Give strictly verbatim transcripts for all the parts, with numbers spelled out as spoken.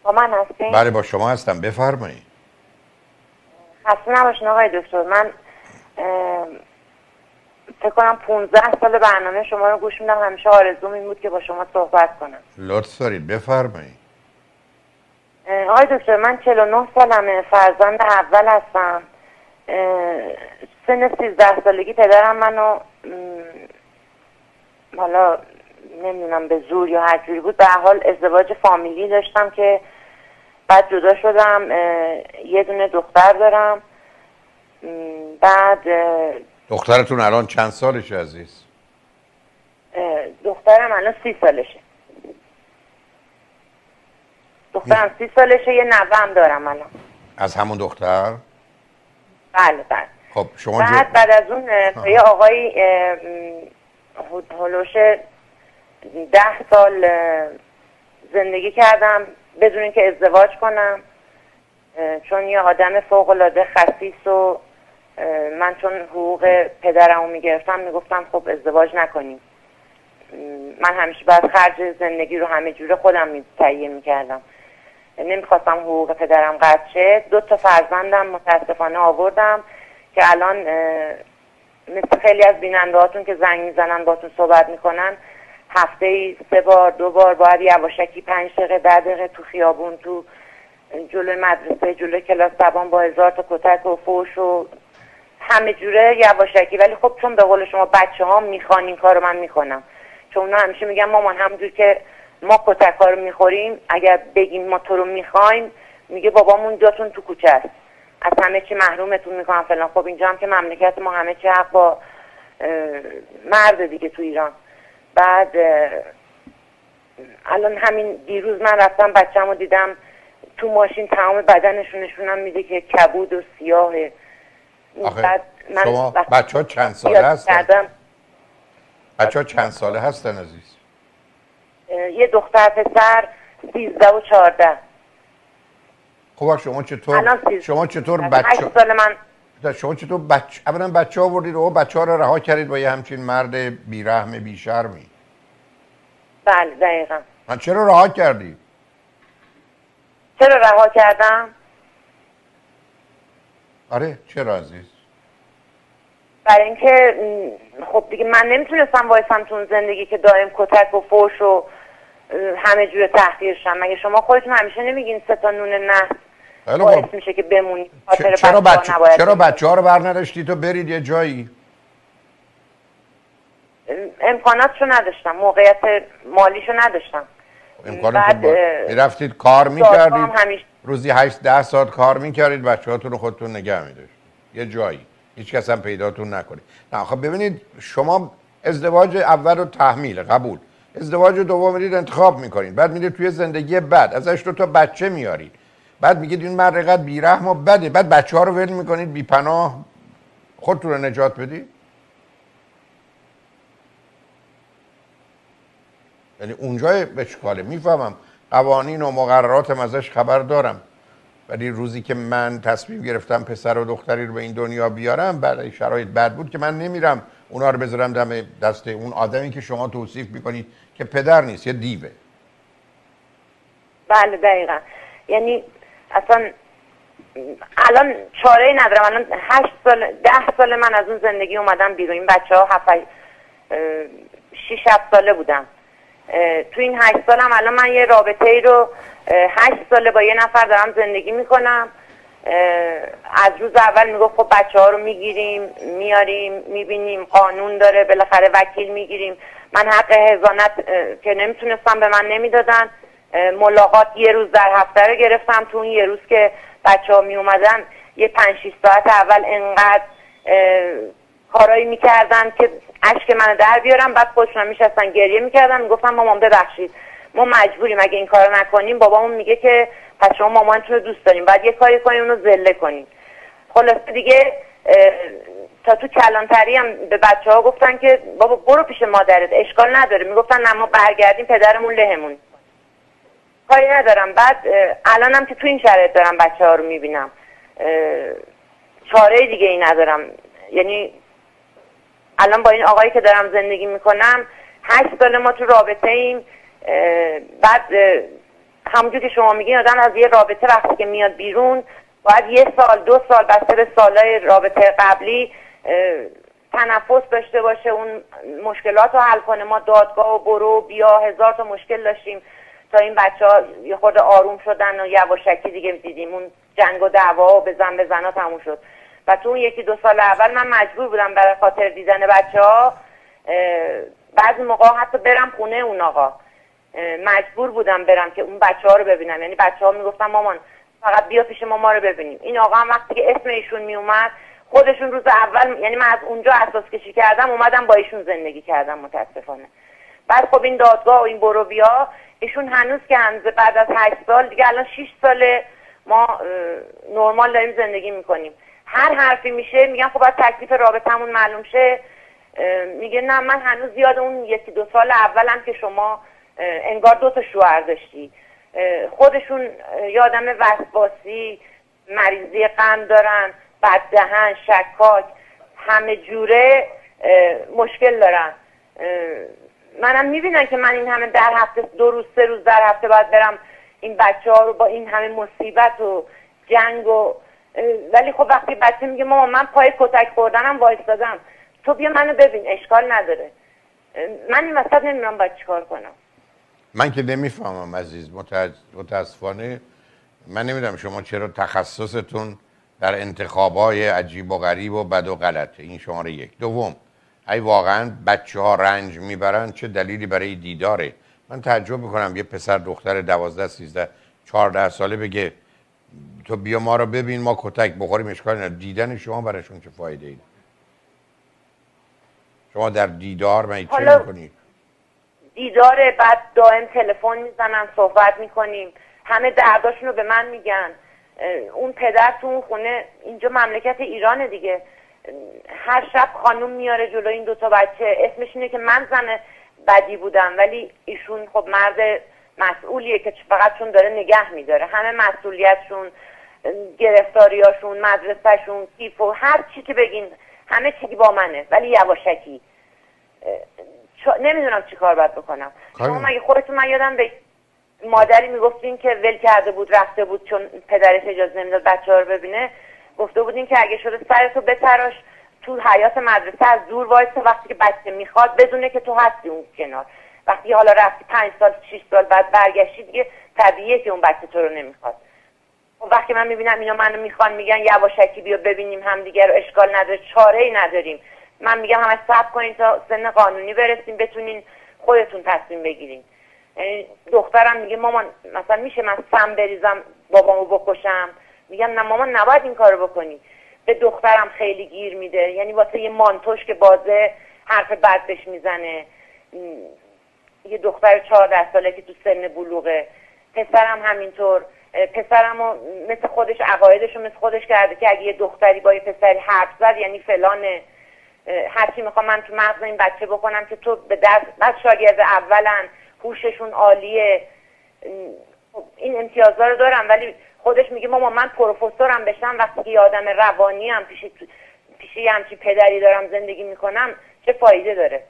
با من هستین؟ بله با شما هستم، بفرمایید. خسته نباشین آقای دکتر. من فکر کنم پونزده سال برنامه شما رو گوش میدم، همیشه آرزوم این بود که با شما صحبت کنم. لطف دارید بفرمایید. آقای دکتر من چهل و نه سالمه، فرزند اول هستم. سن سیزده سالگی پدرم منو حالا نمیدونم به زور یا هر جوری بود، به هر حال ازدواج فامیلی داشتم که بعد جدا شدم. یه دونه دختر دارم. بعد دخترتون الان چند سالشه عزیز؟ دخترم الان سی سالشه. دخترم سی سالشه، یه نوه‌ام دارم الان. از همون دختر؟ بله بله. خب شما بعد جو... بعد از اون یه آقای هلوش ده سال زندگی کردم بدون اینکه ازدواج کنم، چون یه آدم فوق‌العاده خسیس و من چون حقوق پدرمو میگرفتم میگفتم خب ازدواج نکنیم. من همیشه بعد خرج زندگی رو همه جوره خودم تهیه میکردم، نمیخواستم حقوق پدرم قطع شه. دو تا فرزندم متاسفانه آوردم که الان مثل خیلی از بینندهاتون که زنگ میزنن باتون صحبت میکنن، هفته ای سه بار دو بار باید یواشکی پنج دقیقه ده دقیقه تو خیابون، تو جلوی مدرسه، جلوی کلاس زبان با هزار تا کتک و فوش و همه جوره یواشکی. ولی خب چون به قول شما بچه ها میخوان این کار رو من میکنم، چون اونا همیشه میگن مامان همونجور که ما کتک ها رو میخوریم اگر بگیم ما تو رو میخوایم، میگه بابامون جاتون تو کوچه است، از همه چی محرومتون میکنم فلان. خب اینجا هم که مملکت ما همه چی حق با مرد دیگه تو ایران. بعد الان همین دیروز من رفتم بچه‌مو رو دیدم تو ماشین، تمام بدنشون نشونم میده که کبود و سیاهه. آخه شما بچه ها چند ساله هستن؟ بچه ها چند ساله هستن عزیز؟ یه دختر پسر سیزده و چارده. خب شما چطور شما چطور بچه سال من شما چطور بچه اولا بچه ها آوردید و بچه ها رو رها کردید با یه همچین مرد بیرحم بیشرمی؟ بله دقیقا. من چرا رها کردید؟ چرا رها کردم؟ آره چرا عزیز؟ برای اینکه خب دیگه من نمیتونستم وایسم تو زندگی که دائم کتک و فوش و همه جور تحقیر شم. مگه شما خودتون همیشه نمیگین سه تا نون نه باعث میشه که بمونید؟ چ- چرا بچه چرا بچه ها رو بر نداشتید تو برید یه جایی؟ امکاناتشو نداشتم، موقعیت مالیشو نداشتم. امکانات با... میرفتید کار میکردید همیشه... روزی هشت ده ساعت کار میکردید، بچه هاتون رو خودتون نگه میداشت یه جایی، هیچ کس هم پیداتون نکنه. نه خب ببینید شما ازدواج اول رو تحمیل قبول، ازدواج دوم میرید انتخاب میکنید، بعد میرید توی زندگی بعد ازش دو تا بچه میارید، بعد میگید این مرد قد بیرحم و بده، بعد بچه ها رو ول میکنید بی پناه خودتون رو نجات بدید. یعنی اونجای اشکاله. میفهمم قوانین و مقرراتم ازش خبر دارم، ولی روزی که من تصمیم گرفتم پسر و دختری رو به این دنیا بیارم برای شرایط بد بود که من نمیرم اونا رو بذارم دم دست اون آدمی که شما توصیف میکنید که پدر نیست، یه دیوه. بله دقیقا. یعنی اصلا الان چاره ای ندارم. الان هشت سال ده سال من از اون زندگی اومدم بیرون. این بچه ها هفت شیش هفت ساله بودم تو این هشت سالم. الان من یه رابطه ای رو هشت ساله با یه نفر دارم زندگی میکنم. از روز اول میگفت خب بچه ها رو میگیریم میاریم میبینیم، قانون داره، بالاخره وکیل میگیریم. من حق حضانت که نمیتونستم به من نمیدادن. ملاقات یه روز در هفته رو گرفتم. تو اون یه روز که بچه ها می اومدن یه پنج شیش ساعت اول انقدر کارایی میکردن که اشک منو در بیارم، بعد خودشون میشستن گریه میکردن، میگفتن مامان ببخشید ما مجبوریم اگه این کارو نکنیم بابامون میگه که پس شما مامانتون رو دوست داریم بعد یه کاری کنیم اونو ذله کنیم. خلاصه دیگه تا تو کلانتری هم به بچه ها گفتن که بابا برو پیش مادرت اشکال نداره. میگفتن نه ما برگردیم پدرمون لهمون، کاری ندارم. بعد الانم که تو این شرایط دارم بچه ها رو میبینم، چاره دیگه ای ندارم. یعنی الان با این آقایی که دارم زندگی میکنم هشت سال ما تو رابطه ایم. بعد همونجور که شما میگین آدم از یه رابطه وقتی که میاد بیرون باید یه سال دو سال بسته به سالهای رابطه قبلی تنفس داشته باشه، اون مشکلات رو حل کنه. ما دادگاه و برو بیا هزار تا مشکل داشتیم تا این بچه ها یه خورده آروم شدن و یواشکی دیگه دیدیم اون جنگ و دعوا و بزن بزن ها تموم شد. و تو اون یکی دو سال اول من مجبور بودم برای خاطر دیدن بچه ها بعضی موقع حتی برم خونه اون آقا، مجبور بودم برم که اون بچه ها رو ببینم. یعنی بچه ها میگفتن مامان فقط بیا پیش ما ما رو ببینیم. این آقا هم وقتی که اسم ایشون میومد خودشون روز اول، یعنی من از اونجا اساس کشی کردم اومدم با ایشون زندگی کردم متاسفانه. بعد خب این دادگاه و این برو بیا ایشون هنوز که هنوز بعد از هشت سال دیگه الان شش ساله ما نرمال داریم زندگی میکنیم. هر حرفی میشه میگن خب باید تکلیف رابطمون معلوم شه. میگه نه من هنوز یاد اون یکی دو سال اولم که شما انگار دو تا شوهر داشتی. خودشون یه آدم وسواسی مریضی قند دارن، بددهن، شکاک، همه جوره مشکل دارن. منم میبینن که من این همه در هفته دو روز سه روز در هفته باید برم این بچه ها رو با این همه مصیبت و جنگ و ولی خب وقتی بچه میگه مامان من پای کتک خوردنم وایستادم تو بیا منو ببین اشکال نداره، من این وسط نمیدونم باید چیکار کنم. من که نمیفهمم عزیز، متاسفانه من نمیدونم شما چرا تخصصتون در انتخابای عجیب و غریب و بد و غلطه. این شماره یک. دوم، ای واقعا بچه ها رنج میبرن چه دلیلی برای دیداره؟ من تعجب میکنم یه پسر دختر دوازده سیزده چهارده ساله بگه تو بیا ما رو ببین ما کتک بخوریم اشکال نداره. دیدن شما براشون چه فایده ای؟ شما در دیدار من چه میکنید؟ دیداره، بعد دائم تلفن میزنن صحبت میکنیم، همه درداشون رو به من میگن. اون پدر تو اون خونه، اینجا مملکت ایرانه دیگه، هر شب خانوم میاره جلو این دوتا بچه، اسمش اینه که من زن بدی بودم ولی ایشون خب مرد مسئولیه که فقط چون داره نگه میداره. همه مسئولیتشون، گرفتاریاشون، مدرسهشون، کیف و هر چی که بگین همه چی با منه ولی یواشکی. نمیدونم چی کار باید بکنم. شما مگه خودتون، من یادم به مادری میگفتین که ول کرده بود رفته بود چون پدرش اجازه نمیداد بچه ها رو ببینه، گفته بودین که اگه شده سرتو بتراش تو حیاط مدرسه از دور وایسه، وقتی که بچه میخواد بدونه که تو هستی اون کنار. وقتی حالا رفتی پنج سال شش سال بعد برگشتی دیگه طبیعیه که اون بچه تو رو نمیخواد. و وقتی من میبینم اینا منو میخوان میگن یواشکی بیا ببینیم همدیگه رو، اشکال نداره، چاره ای نداریم. من میگم همش صبر کنین تا سن قانونی برسیم بتونین خودتون تصمیم بگیرین. دخترم میگه مامان مثلا میشه من سم بریزم بابامو بکشم؟ میگم نه مامان نباید این کارو بکنی. به دخترم خیلی گیر میده، یعنی واسه یه مانتوش که بازه حرف بد بهش میزنه. یه دختر چهارده ساله که تو سن بلوغه. پسرم همینطور، پسرمو مثل خودش عقایدشو مثل خودش کرده که اگه یه دختری با یه پسری حرف زد یعنی فلانه. هرچی میخوام من تو مغز این بچه بکنم که تو به درس، بعد شاگرد اولن، هوششون عالیه، این امتیازها رو دارم ولی خودش میگه مامان من پروفسورم بشم وقتی که یه آدم روانی هم پیش پیش یه همچین پدری دارم زندگی میکنم چه فایده داره؟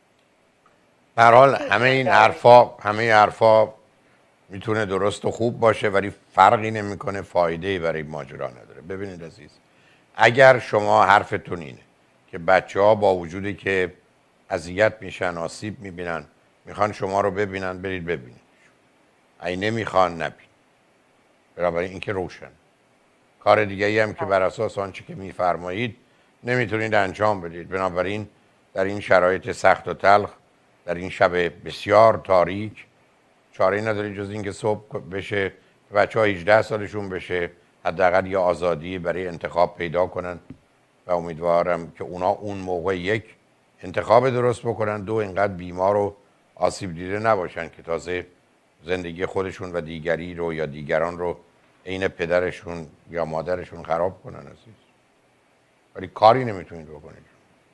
به هر حال همه این حرفا همه این حرفا میتونه درست و خوب باشه ولی فرقی نمیکنه، فایده‌ای برای ماجرا نداره. ببینید عزیز، اگر شما حرفتون اینه که بچه‌ها با وجودی که اذیت میشن، آسیب میبینن، میخوان شما رو ببینن، برید ببینید. اگه نمیخوان نبین. بنابراین این که روشن. کار دیگه ای هم که بر اساس آنچه که میفرمایید نمیتونید انجام بدید. بنابراین در این شرایط سخت و تلخ، در این شب بسیار تاریک، چاره‌ای نداری جز اینکه صبح بشه بچه‌ها هجده سالشون بشه، حداقل یه آزادی برای انتخاب پیدا کنن و امیدوارم که اونا اون موقع یک انتخاب درست بکنن، دو اینقدر بیمار و آسیب دیده نباشن که تازه زندگی خودشون و دیگری رو یا دیگران رو عین پدرشون یا مادرشون خراب کنن عزیز. ولی کاری نمیتونید بکنید.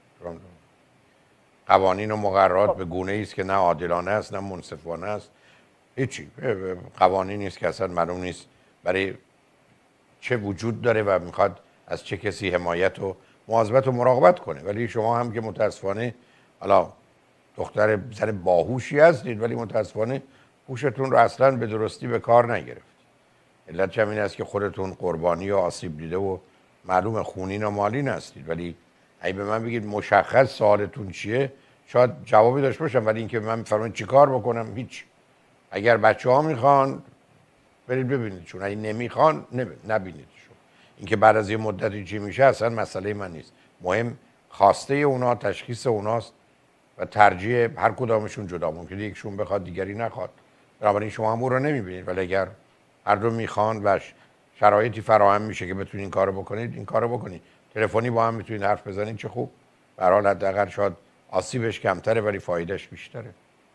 قوانین و مقررات به گونه‌ای است که نه عادلانه است نه منصفانه است. هیچی. قوانینی است که اصلا معلوم نیست برای چه وجود داره و میخواد از چه کسی حمایت و مواظبت و مراقبت کنه. ولی شما هم که متاسفانه حالا دختر زن باهوشی هستید ولی متاسفانه هوشتون رو اصلا به درستی به کار نگرفت. علت همین است که خودتون قربانی و آسیب دیده و معلوم خونین و مالین هستید. ولی اگه به من بگید مشخص سوالتون چیه، شاید جوابی داشته باشم، ولی اینکه من میفرمایید چیکار بکنم، هیچ. اگر بچه ها میخوان برید ببینید، چون اگه نمیخوان نبینیدشون. اینکه بعد از یه مدتی چی میشه اصلا مسئله من نیست. مهم خواسته اونا، تشخیص اوناست و ترجیح هر کدامشون جدا. ممکنه یکشون بخواد دیگری نخواد، بنابراین شما هم اون رو نمیبینید. ولی اگر هر دو میخوان و شرایطی فراهم میشه که بتونید این کارو بکنید، این کارو بکنید. تلفنی با هم میتونید حرف بزنید، چه خوب. به هر حال حداقل شاید آسیبش کمتره ولی فایدهش بیشتره.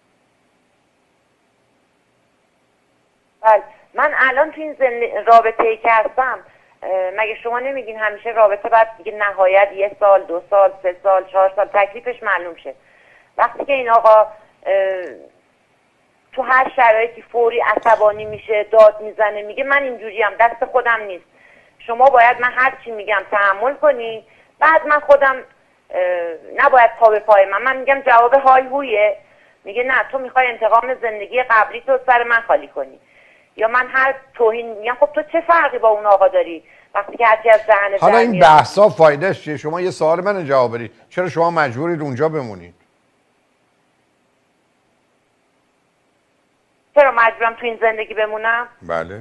بله، من الان تو این رابطه ای که هستم، مگه شما نمیگین همیشه رابطه بعد دیگه نهایت یه سال، دو سال، سه سال، چهار سال تکلیفش معلوم شه. وقتی که این آقا تو هر شرایطی فوری عصبانی میشه، داد میزنه، میگه من اینجوریم، دست خودم نیست، شما باید من هر چی میگم تحمل کنی، بعد من خودم نباید پا به پای من من میگم جواب های هویه، میگه نه تو میخوای انتقام زندگی قبلی تو سر من خالی کنی. یا من هر توهین میگم خب تو چه فرقی با اون آقا داری وقتی که هرچی از ذهن حالا این بحثا فایدهش چیه؟ شما یه سوال من جواب بدید، چرا شما مجبورید اونجا بمونید؟ چرا مجبورم تو این زندگی بمونم؟ بله.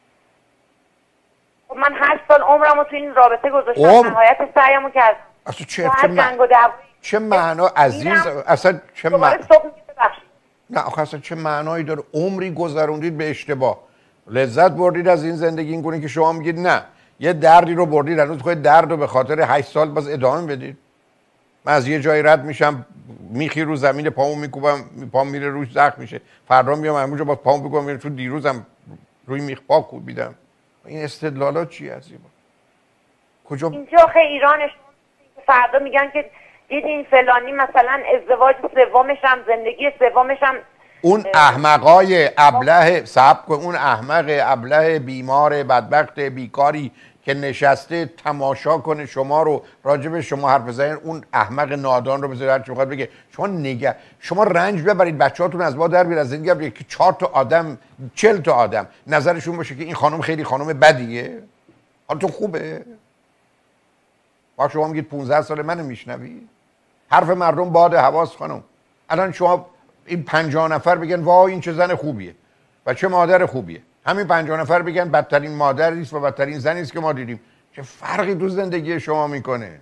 خب من هشت سال عمرمو تو این رابطه گذاشتم، عمر... نهایت سعیمو کردم. اصلا چه چه, مع... چه معنا عزیز، اصلا چه معنا نه آخه اصلا چه معنایی داره عمری گذروندید به اشتباه؟ لذت بردید از این زندگی این گونه که شما میگید نه، یه دردی رو بردید، هنوز خواهید درد رو به خاطر هشت سال باز ادامه بدید. من از یه جایی رد میشم، میخی رو زمین، پامو میکوبم، پام میره روش زخم میشه، فردا میام همونجا باز پامو میکوبم میره تو، دیروزم روی میخ پا کوبیدم. این استدلالات چی عزیزم؟ کجا اینجا آخه ایرانش فردا میگن که دیدین فلانی مثلا ازدواج سومش هم زندگی سومش هم اون احمقای ابله صبر کن، اون احمق ابله بیمار بدبخت بیکاری که نشسته تماشا کنه شما رو راجع به شما حرف بزنین، اون احمق نادان رو بذارید هر چی میخواد بگه. شما نگه شما رنج ببرید بچه‌هاتون از ما در بیار از زندگی، بگید که چهار تا آدم چهل تا آدم نظرشون باشه که این خانم خیلی خانم بدیه، حالتون خوبه؟ ما شما میگید پانزده سال منو میشنوید؟ حرف مردم باد حواس خانم. الان شما این پنجاه نفر بگن وای این چه زن خوبیه و چه مادر خوبیه، همین پنجاه نفر بگن بدترین مادری است و بدترین زنی است که ما دیدیم، چه فرقی تو زندگی شما میکنه؟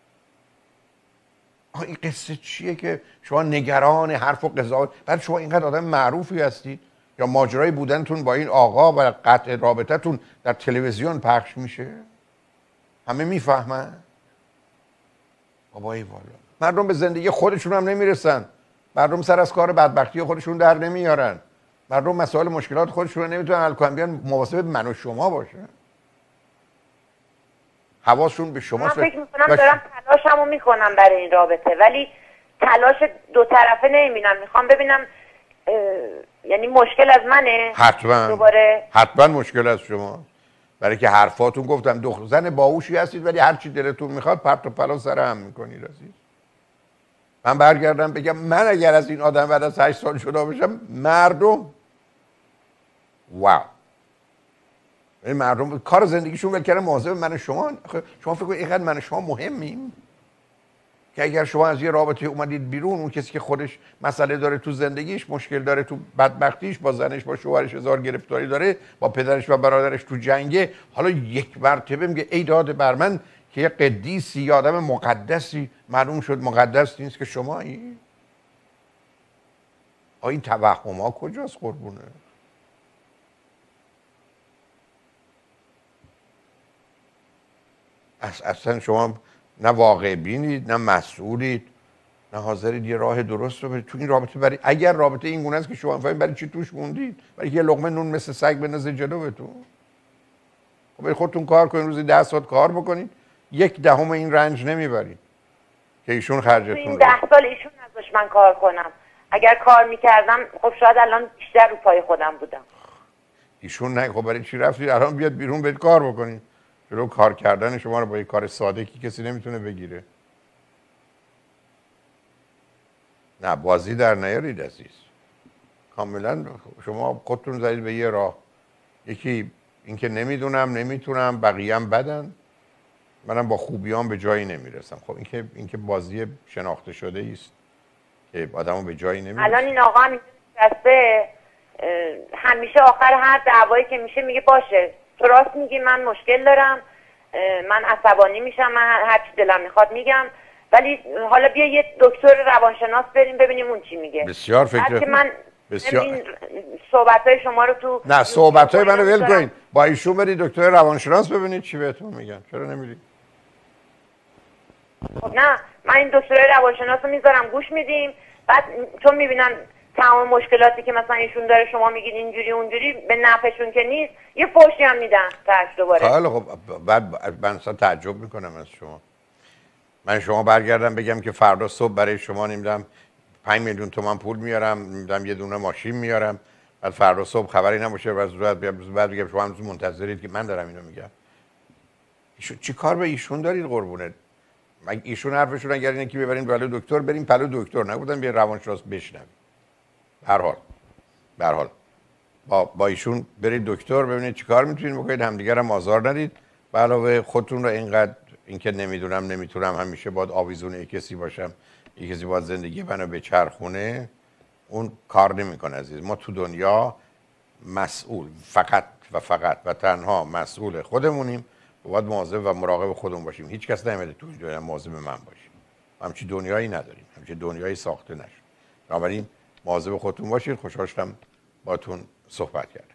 آخه این قصه چیه که شما نگران حرف و قضاوت؟ بعد شما اینقدر آدم معروفی هستید یا ماجرای بودنتون با این آقا و قطع رابطتون در تلویزیون پخش میشه، همه میفهمن؟ بابای والا مردم به زندگی خودشون هم نمیرسن، مردم سر از کار بدبختی خودشون در نمیارن، مردم مسائل مشکلات خودشون رو نمیتونن حل کنن، بیان مواظب من و شما باشن، حواسشون به شماست. من فکر میکنم بش... دارم تلاشمو میکنم برای این رابطه، ولی تلاش دو طرفه نمیبینم. میخوام ببینم اه... یعنی مشکل از منه؟ حتما دوباره حتما مشکل از شما، برای که حرفاتون گفتم دو زن باهوشی هستید ولی هر چی دلتون میخواد پرت و پلا سر هم میکنید عزیز. من برگردم بگم من اگر از این آدم بعد از هشت سال جدا بشم، مردم واو این مردم کار زندگیشون ول کردن مواظب من و شما. شما فکر کنید اینقدر من و شما مهمیم که اگر شما از یه رابطه اومدید بیرون، اون کسی که خودش مسئله داره تو زندگیش، مشکل داره تو بدبختیش، با زنش با شوهرش هزار گرفتاری داره، با پدرش و برادرش تو جنگه، حالا یک مرتبه میگه ای داد بر من که یه قدیسی یا آدم مقدسی معلوم شد مقدس نیست که شمایی. آ این توهم ها کجاست قربونه؟ اصلا شما نه واقع بینید، نه مسئولید، نه حاضرید یه راه درست رو برید تو این رابطه. برای اگر رابطه این گونه است که شما فهمید برای چی توش موندید؟ برای یه لقمه نون مثل سگ بندازه جلوتون؟ خب برای خودتون کار کنید، روزی ده ساعت کار بکنید، یک دهم این رنج نمیبرید که ایشون خرجتون. این ده سال ایشون نذاشت من کار کنم. اگر کار میکردم خب شاید الان بیشتر رو پای خودم بودم. ایشون نه. خب برای چی رفتید الان بیاد بیرون برید کار بکنید؟ جلو کار کردن شما رو با یه کار ساده که کسی نمیتونه بگیره. نه بازی در نیارید عزیز. کاملا شما خودتون زدید به یه راه. یکی اینکه نمیدونم نمیتونم بقیه هم بدن منم با خوبیام به جایی نمیرسم. خب اینکه اینکه بازی شناخته شده است که آدمو به جایی نمیرسه. الان این آقا هم دسته همیشه آخر هر دعوایی که میشه میگه باشه تو راست میگی من مشکل دارم من عصبانی میشم من هر چی دلم میخواد میگم ولی حالا بیا یه دکتر روانشناس بریم ببینیم اون چی میگه. بسیار فکر که من بسیار این صحبت‌های شما رو تو نه صحبت‌های منو ول کنین با ایشون برید دکتر روانشناس ببینید چی بهتون میگن. چرا نمیرید؟ خب نه من این دکتر روانشناس رو میذارم گوش میدیم بعد چون میبینن تمام مشکلاتی که مثلا ایشون داره شما میگید اینجوری اونجوری به نفعشون که نیست یه فحشی هم میدن تاش دوباره. خیلی خب بعد من اصلا تعجب میکنم از شما. من شما برگردم بگم که فردا صبح برای شما نمیدم پنج میلیون تومان پول میارم نمیدم یه دونه ماشین میارم بعد فردا صبح خبری نباشه بعد بعد بعد بگم شما هنوز منتظرید که من دارم اینو میگم. ایشون چی کار به ایشون دارید قربونه؟ من ایشون حرفشون اگر اینه که ببرین پلو دکتر بریم پلو دکتر نگفتن بیا روانشناس بشنوید. به هر حال به هر حال با با ایشون برید دکتر ببینید چیکار میتونید بکنید همدیگه رو آزار ندید به علاوه خودتون رو اینقدر اینکه نمیدونم نمیتونم همیشه باید آویزون کسی باشم یک کسی باید زندگی منو به چرخونه اون کار نمیکنه عزیز. ما تو دنیا مسئول فقط و فقط و تنها مسئول خودمونیم و باید مواظب و مراقب خودمون باشیم. هیچ کس نمیده تو دنیا مواظب من باشه. همچین دنیایی نداریم. همچین دنیایی ساخته نشد. بنابراین مواظب خودتون باشید. خوشحال شدم باهاتون صحبت کردم.